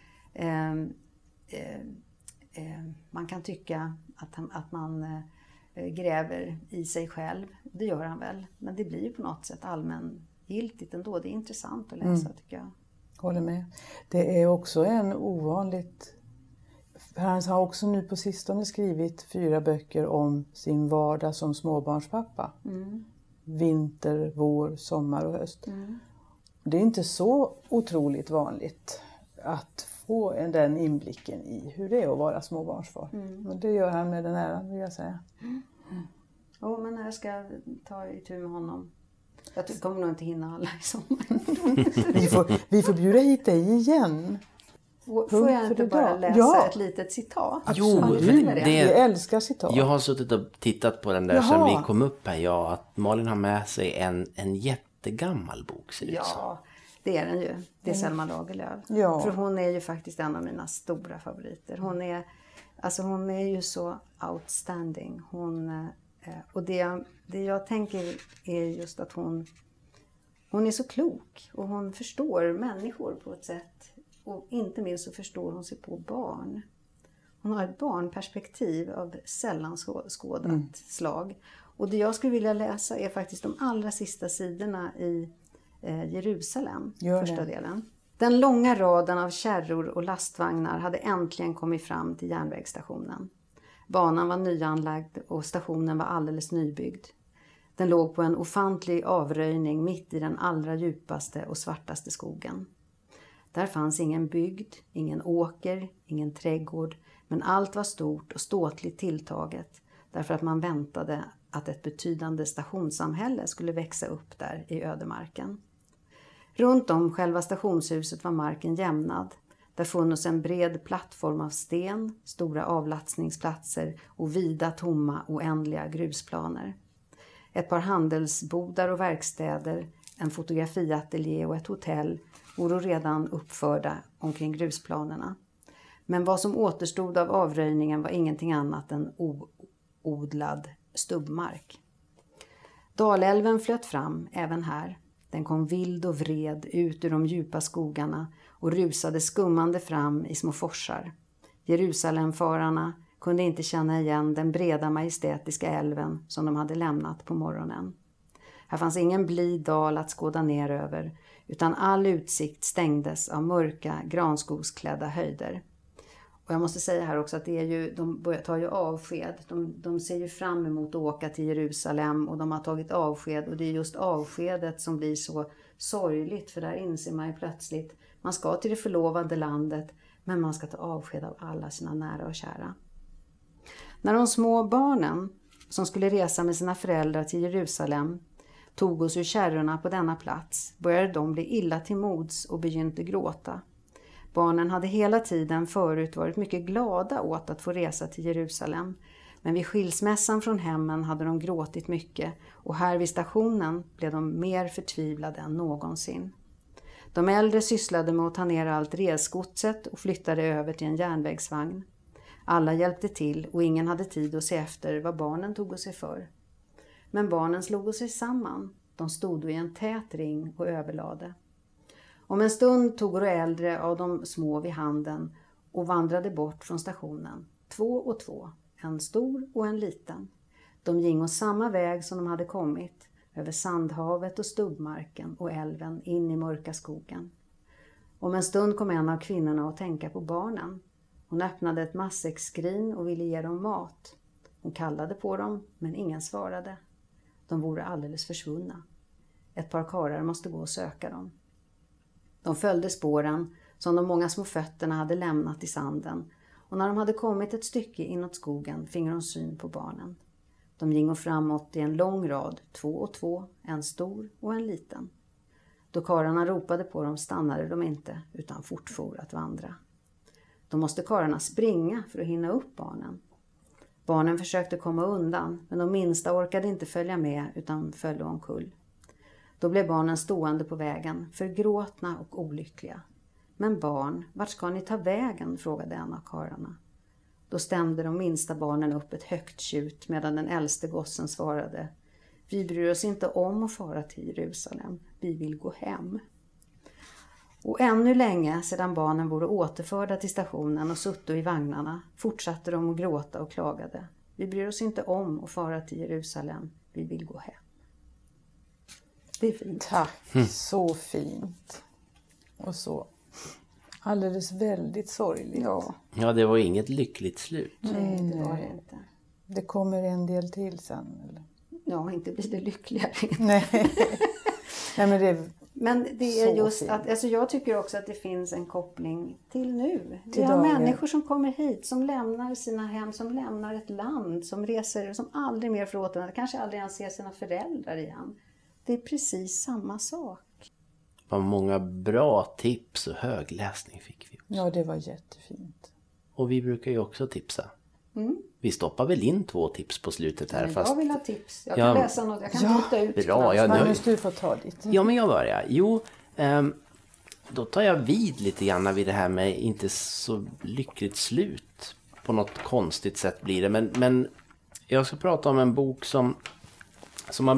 man kan tycka att man gräver i sig själv. Det gör han väl. Men det blir ju på något sätt allmängiltigt ändå. Det är intressant att läsa tycker jag. Håller med. Det är också en ovanligt... Han har också nu på sistone skrivit 4 böcker om sin vardag som småbarnspappa. Vinter, vår, sommar och höst. Det är inte så otroligt vanligt att få den inblicken i hur det är att vara småbarnsfar. Men det gör han med den äran, vill jag säga. Ja, men jag ska ta itu med honom. Jag kommer nog inte hinna alla i sommar. vi får bjuda hit dig igen. Får jag inte bara läsa ett litet citat? Jo, vi älskar citat. Jag har suttit och tittat på den där sen vi kom upp här. Ja, att Malin har med sig en jättegammal bok. Ser det ja, det är den ju. Det är Selma Lagerlöf. Ja. För hon är ju faktiskt en av mina stora favoriter. Hon är ju så outstanding. Och det jag tänker är just att hon är så klok. Och hon förstår människor på ett sätt. Och inte minst så förstår hon sig på barn. Hon har ett barnperspektiv av sällan skådat slag. Och det jag skulle vilja läsa är faktiskt de allra sista sidorna i Jerusalem, första delen. Den långa raden av kärror och lastvagnar hade äntligen kommit fram till järnvägsstationen. Banan var nyanlagd och stationen var alldeles nybyggd. Den låg på en ofantlig avröjning mitt i den allra djupaste och svartaste skogen. Där fanns ingen bygd, ingen åker, ingen trädgård, men allt var stort och ståtligt tilltaget därför att man väntade att ett betydande stationssamhälle skulle växa upp där i ödemarken. Runt om själva stationshuset var marken jämnad. Där funnits en bred plattform av sten, stora avlatsningsplatser och vida, tomma, oändliga grusplaner. Ett par handelsbodar och verkstäder, en fotografiateljé och ett hotell vore redan uppförda omkring grusplanerna. Men vad som återstod av avröjningen var ingenting annat än oodlad stubbmark. Dalälven flöt fram även här. Den kom vild och vred ut ur de djupa skogarna och rusade skummande fram i små forsar. Jerusalemfararna kunde inte känna igen den breda majestätiska älven som de hade lämnat på morgonen. Här fanns ingen blid dal att skåda ner över, utan all utsikt stängdes av mörka granskogsklädda höjder. Och jag måste säga här också att det är ju, de tar ju avsked. De ser ju fram emot att åka till Jerusalem och de har tagit avsked. Och det är just avskedet som blir så sorgligt, för där inser man ju plötsligt man ska till det förlovade landet, men man ska ta avsked av alla sina nära och kära. När de små barnen som skulle resa med sina föräldrar till Jerusalem tog oss ur kärrorna på denna plats började de bli illa till mods och begynte gråta. Barnen hade hela tiden förut varit mycket glada åt att få resa till Jerusalem, men vid skilsmässan från hemmen hade de gråtit mycket och här vid stationen blev de mer förtvivlade än någonsin. De äldre sysslade med att ta ner allt resgodset och flyttade över till en järnvägsvagn. Alla hjälpte till och ingen hade tid att se efter vad barnen tog sig för. Men barnen slog sig samman. De stod i en tät ring och överlade. Om en stund tog de äldre av de små vid handen och vandrade bort från stationen. 2 och 2, en stor och en liten. De gick åt samma väg som de hade kommit, över sandhavet och stubbmarken och älven in i mörka skogen. Om en stund kom en av kvinnorna att tänka på barnen. Hon öppnade ett matsäcksskrin och ville ge dem mat. Hon kallade på dem, men ingen svarade. De vore alldeles försvunna. Ett par karlar måste gå och söka dem. De följde spåren som de många små fötterna hade lämnat i sanden, och när de hade kommit ett stycke inåt skogen fick de syn på barnen. De gick framåt i en lång rad, 2 och 2, en stor och en liten. Då karlarna ropade på dem stannade de inte, utan fortfor att vandra. Då måste karlarna springa för att hinna upp barnen. Barnen försökte komma undan, men de minsta orkade inte följa med utan föll omkull. Då blev barnen stående på vägen, förgråtna och olyckliga. Men barn, vart ska ni ta vägen? Frågade en av karlarna. Då stämde de minsta barnen upp ett högt tjut medan den äldste gossen svarade: Vi bryr oss inte om att fara till Jerusalem, vi vill gå hem. Och ännu länge sedan barnen vore återförda till stationen och sutto i vagnarna fortsatte de att gråta och klagade. Vi bryr oss inte om att fara till Jerusalem, vi vill gå hem. Det är fint. Tack, så fint. Och så alldeles väldigt sorgligt. Ja, det var inget lyckligt slut. Nej, det var det inte. Det kommer en del till sen, eller? Ja, inte blir det lyckligare. Nej. Nej, men det är just fint. att, alltså jag tycker också att det finns en koppling till nu. Till Vi har dagen. människor som kommer hit, som lämnar sina hem, som lämnar ett land, som reser, som aldrig mer får återvända, kanske aldrig ens ser sina föräldrar igen. Det är precis samma sak. Vad många bra tips och högläsning fick vi. Ja, det var jättefint. Och vi brukar ju också tipsa. Vi stoppar väl in 2 tips på slutet här. Men Fast... jag vill ha tips. Jag kan läsa något. Jag kan byta ut. Bra, ja, Magnus, du får ta ditt. Ja, men jag börjar. Jo, då tar jag vid lite grann vid det här med inte så lyckligt slut. På något konstigt sätt blir det. Men jag ska prata om en bok som har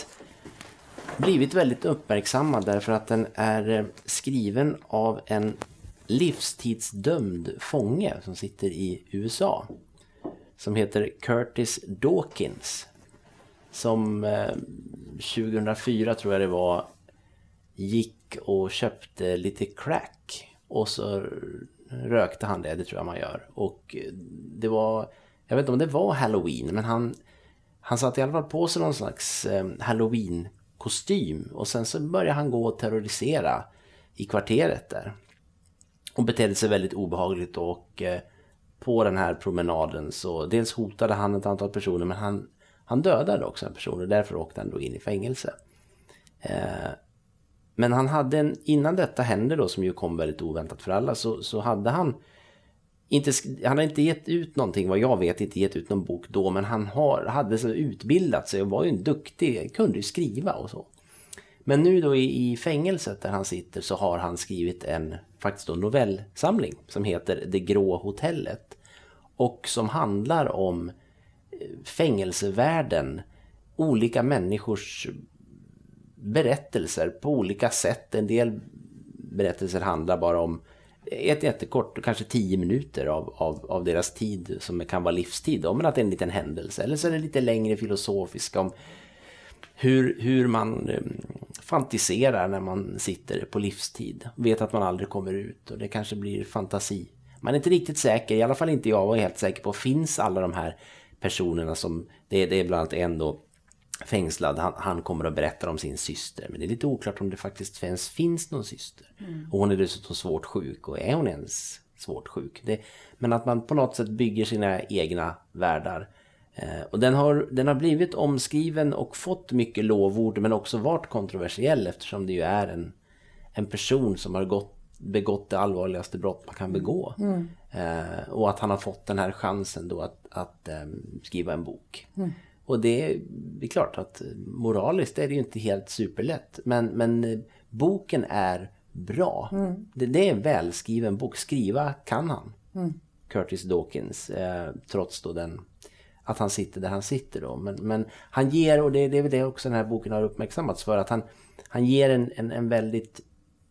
blivit väldigt uppmärksammad därför att den är skriven av en livstidsdömd fånge som sitter i USA. Som heter Curtis Dawkins. Som 2004 tror jag det var gick och köpte lite crack. Och så rökte han det tror jag man gör. Och det var, jag vet inte om det var Halloween, men han satt i alla fall på sig någon slags Halloween-kostym. Och sen så började han gå och terrorisera i kvarteret där. Och betedde sig väldigt obehagligt och på den här promenaden så dels hotade han ett antal personer, men han dödade också en person och därför åkte han då in i fängelse. Men han hade innan detta hände då, som ju kom väldigt oväntat för alla, så hade han hade inte gett ut någonting, vad jag vet, inte gett ut någon bok då, men han hade så utbildat sig och var ju en duktig, kunde ju skriva och så. Men nu då i fängelset där han sitter så har han skrivit en faktiskt då novellsamling som heter Det grå hotellet och som handlar om fängelsevärlden, olika människors berättelser på olika sätt. En del berättelser handlar bara om ett jättekort, kanske 10 minuter av deras tid som kan vara livstid, men att det är en liten händelse. Eller så är det lite längre filosofiska om hur man fantiserar när man sitter på livstid. Vet att man aldrig kommer ut och det kanske blir fantasi. Man är inte riktigt säker, i alla fall inte jag var helt säker på, finns alla de här personerna som, det är bland annat en då fängslad, han kommer att berätta om sin syster. Men det är lite oklart om det faktiskt finns någon syster. Och hon är dessutom svårt sjuk, och är hon ens svårt sjuk? Men att man på något sätt bygger sina egna världar. Och den har blivit omskriven och fått mycket lovord, men också varit kontroversiell eftersom det ju är en person som har begått det allvarligaste brott man kan begå. Och att han har fått den här chansen då att skriva en bok. Och det är klart att moraliskt är det ju inte helt superlätt. Men boken är bra. Det är en välskriven bok. Skriva kan han. Curtis Dawkins. Trots då att han sitter där han sitter då. Men han ger, och det är väl det också den här boken har uppmärksammats för, att han ger en väldigt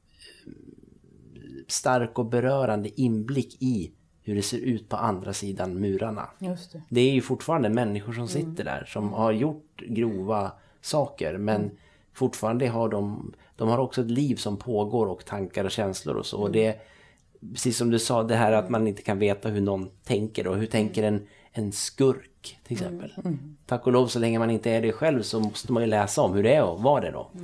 stark och berörande inblick i hur det ser ut på andra sidan murarna. Just det. Det är ju fortfarande människor som sitter där som har gjort grova saker, men fortfarande har de har också ett liv som pågår och tankar och känslor och så. Och det, precis som du sa, det här att man inte kan veta hur någon tänker och hur tänker en skurk till exempel. Tack och lov, så länge man inte är det själv så måste man ju läsa om hur det är och vad det är då.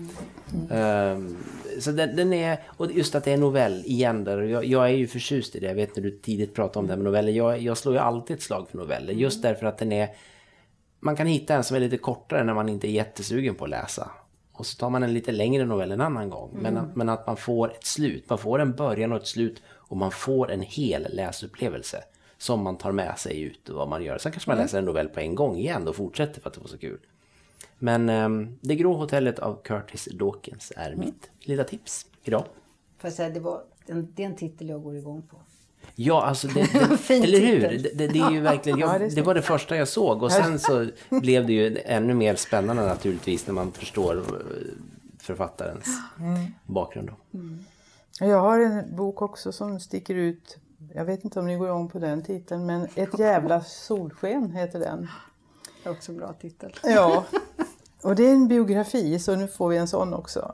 Så den är, och just att det är novell igen där, jag är ju förtjust i det. Jag vet när du tidigt pratade om det här med noveller, jag slår ju alltid ett slag för noveller, just därför att man kan hitta en som är lite kortare när man inte är jättesugen på att läsa. Och så tar man en lite längre novell en annan gång. Men att man får ett slut. Man får en början och ett slut. Och man får en hel läsupplevelse. Som man tar med sig ut och vad man gör. Sen kanske man läser en novell på en gång igen och fortsätter för att det var så kul. Men Det grå hotellet av Curtis Dawkins är mitt lilla tips idag. Får jag säga, det är en titel jag går igång på. Ja, alltså eller hur? Det är ju verkligen, det var det första jag såg. Och sen så blev det ju ännu mer spännande naturligtvis när man förstår författarens bakgrund. Jag har en bok också som sticker ut. Jag vet inte om ni går igång på den titeln, men Ett jävla solsken heter den. Det är också en bra titel. Ja, och det är en biografi, så nu får vi en sån också.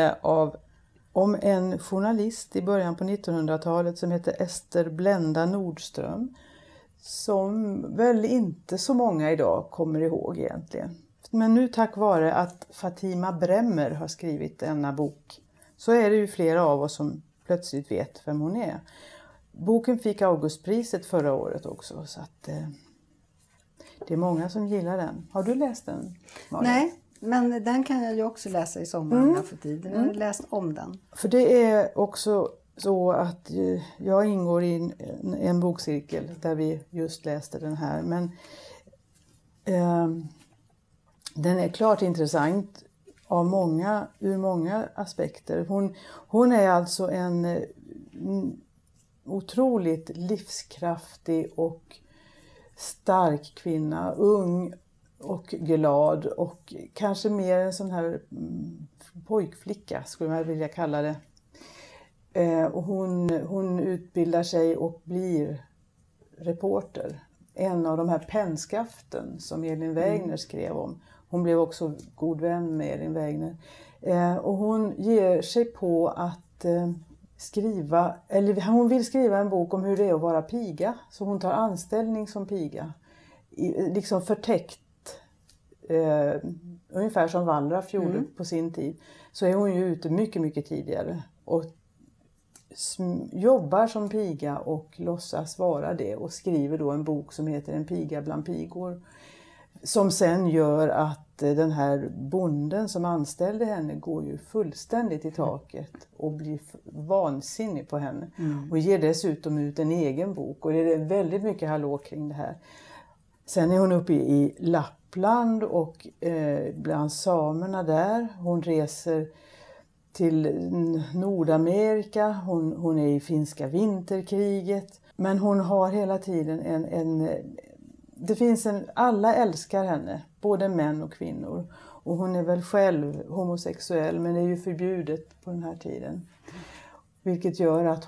Om en journalist i början på 1900-talet som heter Ester Blenda Nordström. Som väl inte så många idag kommer ihåg egentligen. Men nu tack vare att Fatima Bremmer har skrivit denna bok, så är det ju flera av oss som plötsligt vet vem hon är. Boken fick Augustpriset förra året också, så att det är många som gillar den. Har du läst den, Malin? Nej, men den kan jag ju också läsa i sommar om jag får tid. Jag har läst om den. För det är också så att jag ingår i en bokcirkel där vi just läste den här. Men den är klart intressant ur många aspekter. Hon är alltså en otroligt livskraftig och stark kvinna. Ung och glad och kanske mer en sån här pojkflicka skulle man vilja kalla det. Och hon utbildar sig och blir reporter. En av de här pennskaften som Elin Wägner skrev om. Hon blev också god vän med Elin Wägner. Och hon ger sig på att hon vill skriva en bok om hur det är att vara piga. Så hon tar anställning som piga. Liksom förtäckt. Ungefär som Wallraff gjorde på sin tid. Så är hon ju ute mycket, mycket tidigare. Och jobbar som piga och låtsas vara det. Och skriver då en bok som heter En piga bland pigor. Som sen gör att den här bonden som anställde henne går ju fullständigt i taket och blir vansinnig på henne. Och ger dessutom ut en egen bok. Och det är väldigt mycket hallå kring det här. Sen är hon uppe i Lappland och bland samerna där. Hon reser till Nordamerika. Hon är i finska vinterkriget. Men hon har hela tiden det finns alla älskar henne, både män och kvinnor. Och hon är väl själv homosexuell, men det är ju förbjudet på den här tiden. Vilket gör att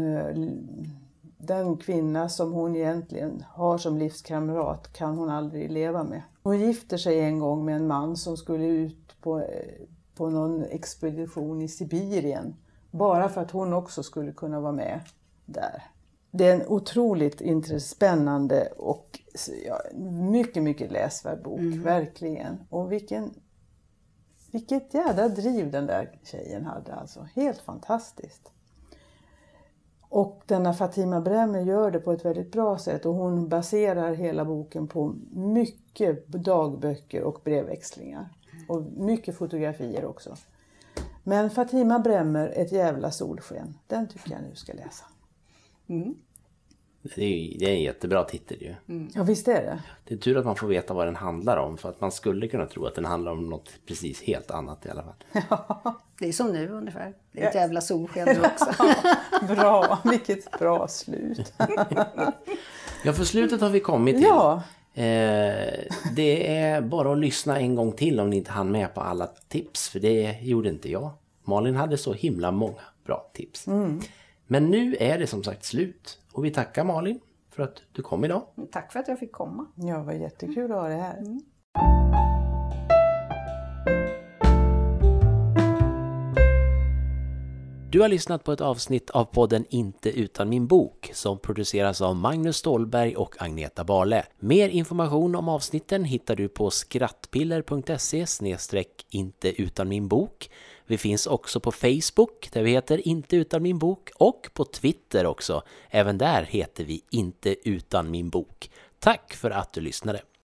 den kvinna som hon egentligen har som livskamrat kan hon aldrig leva med. Hon gifter sig en gång med en man som skulle ut på någon expedition i Sibirien. Bara för att hon också skulle kunna vara med där. Det är en otroligt spännande och mycket, mycket läsvärd bok, verkligen. Och vilket jävla driv den där tjejen hade, alltså. Helt fantastiskt. Och denna Fatima Bremmer gör det på ett väldigt bra sätt och hon baserar hela boken på mycket dagböcker och brevväxlingar. Och mycket fotografier också. Men Fatima Bremmer, Ett jävla solsken, den tycker jag nu ska läsa. Det är en jättebra titel ju. Ja, visst är det. Det är tur att man får veta vad den handlar om. För att man skulle kunna tro att den handlar om något precis helt annat i alla fall. Det är som nu ungefär. Det är ett jävla solsken nu också. Bra, vilket bra slut. Ja, för slutet har vi kommit till. Ja. Det är bara att lyssna en gång till om ni inte hann med på alla tips. För det gjorde inte jag. Malin hade så himla många bra tips. Men nu är det som sagt slut. Och vi tackar Malin för att du kom idag. Tack för att jag fick komma. Ja, vad jättekul att ha det här. Du har lyssnat på ett avsnitt av podden Inte utan min bok som produceras av Magnus Ståhlberg och Agneta Barle. Mer information om avsnitten hittar du på skrattpiller.se/inte utan min bok. Vi finns också på Facebook där vi heter Inte utan min bok och på Twitter också. Även där heter vi Inte utan min bok. Tack för att du lyssnade.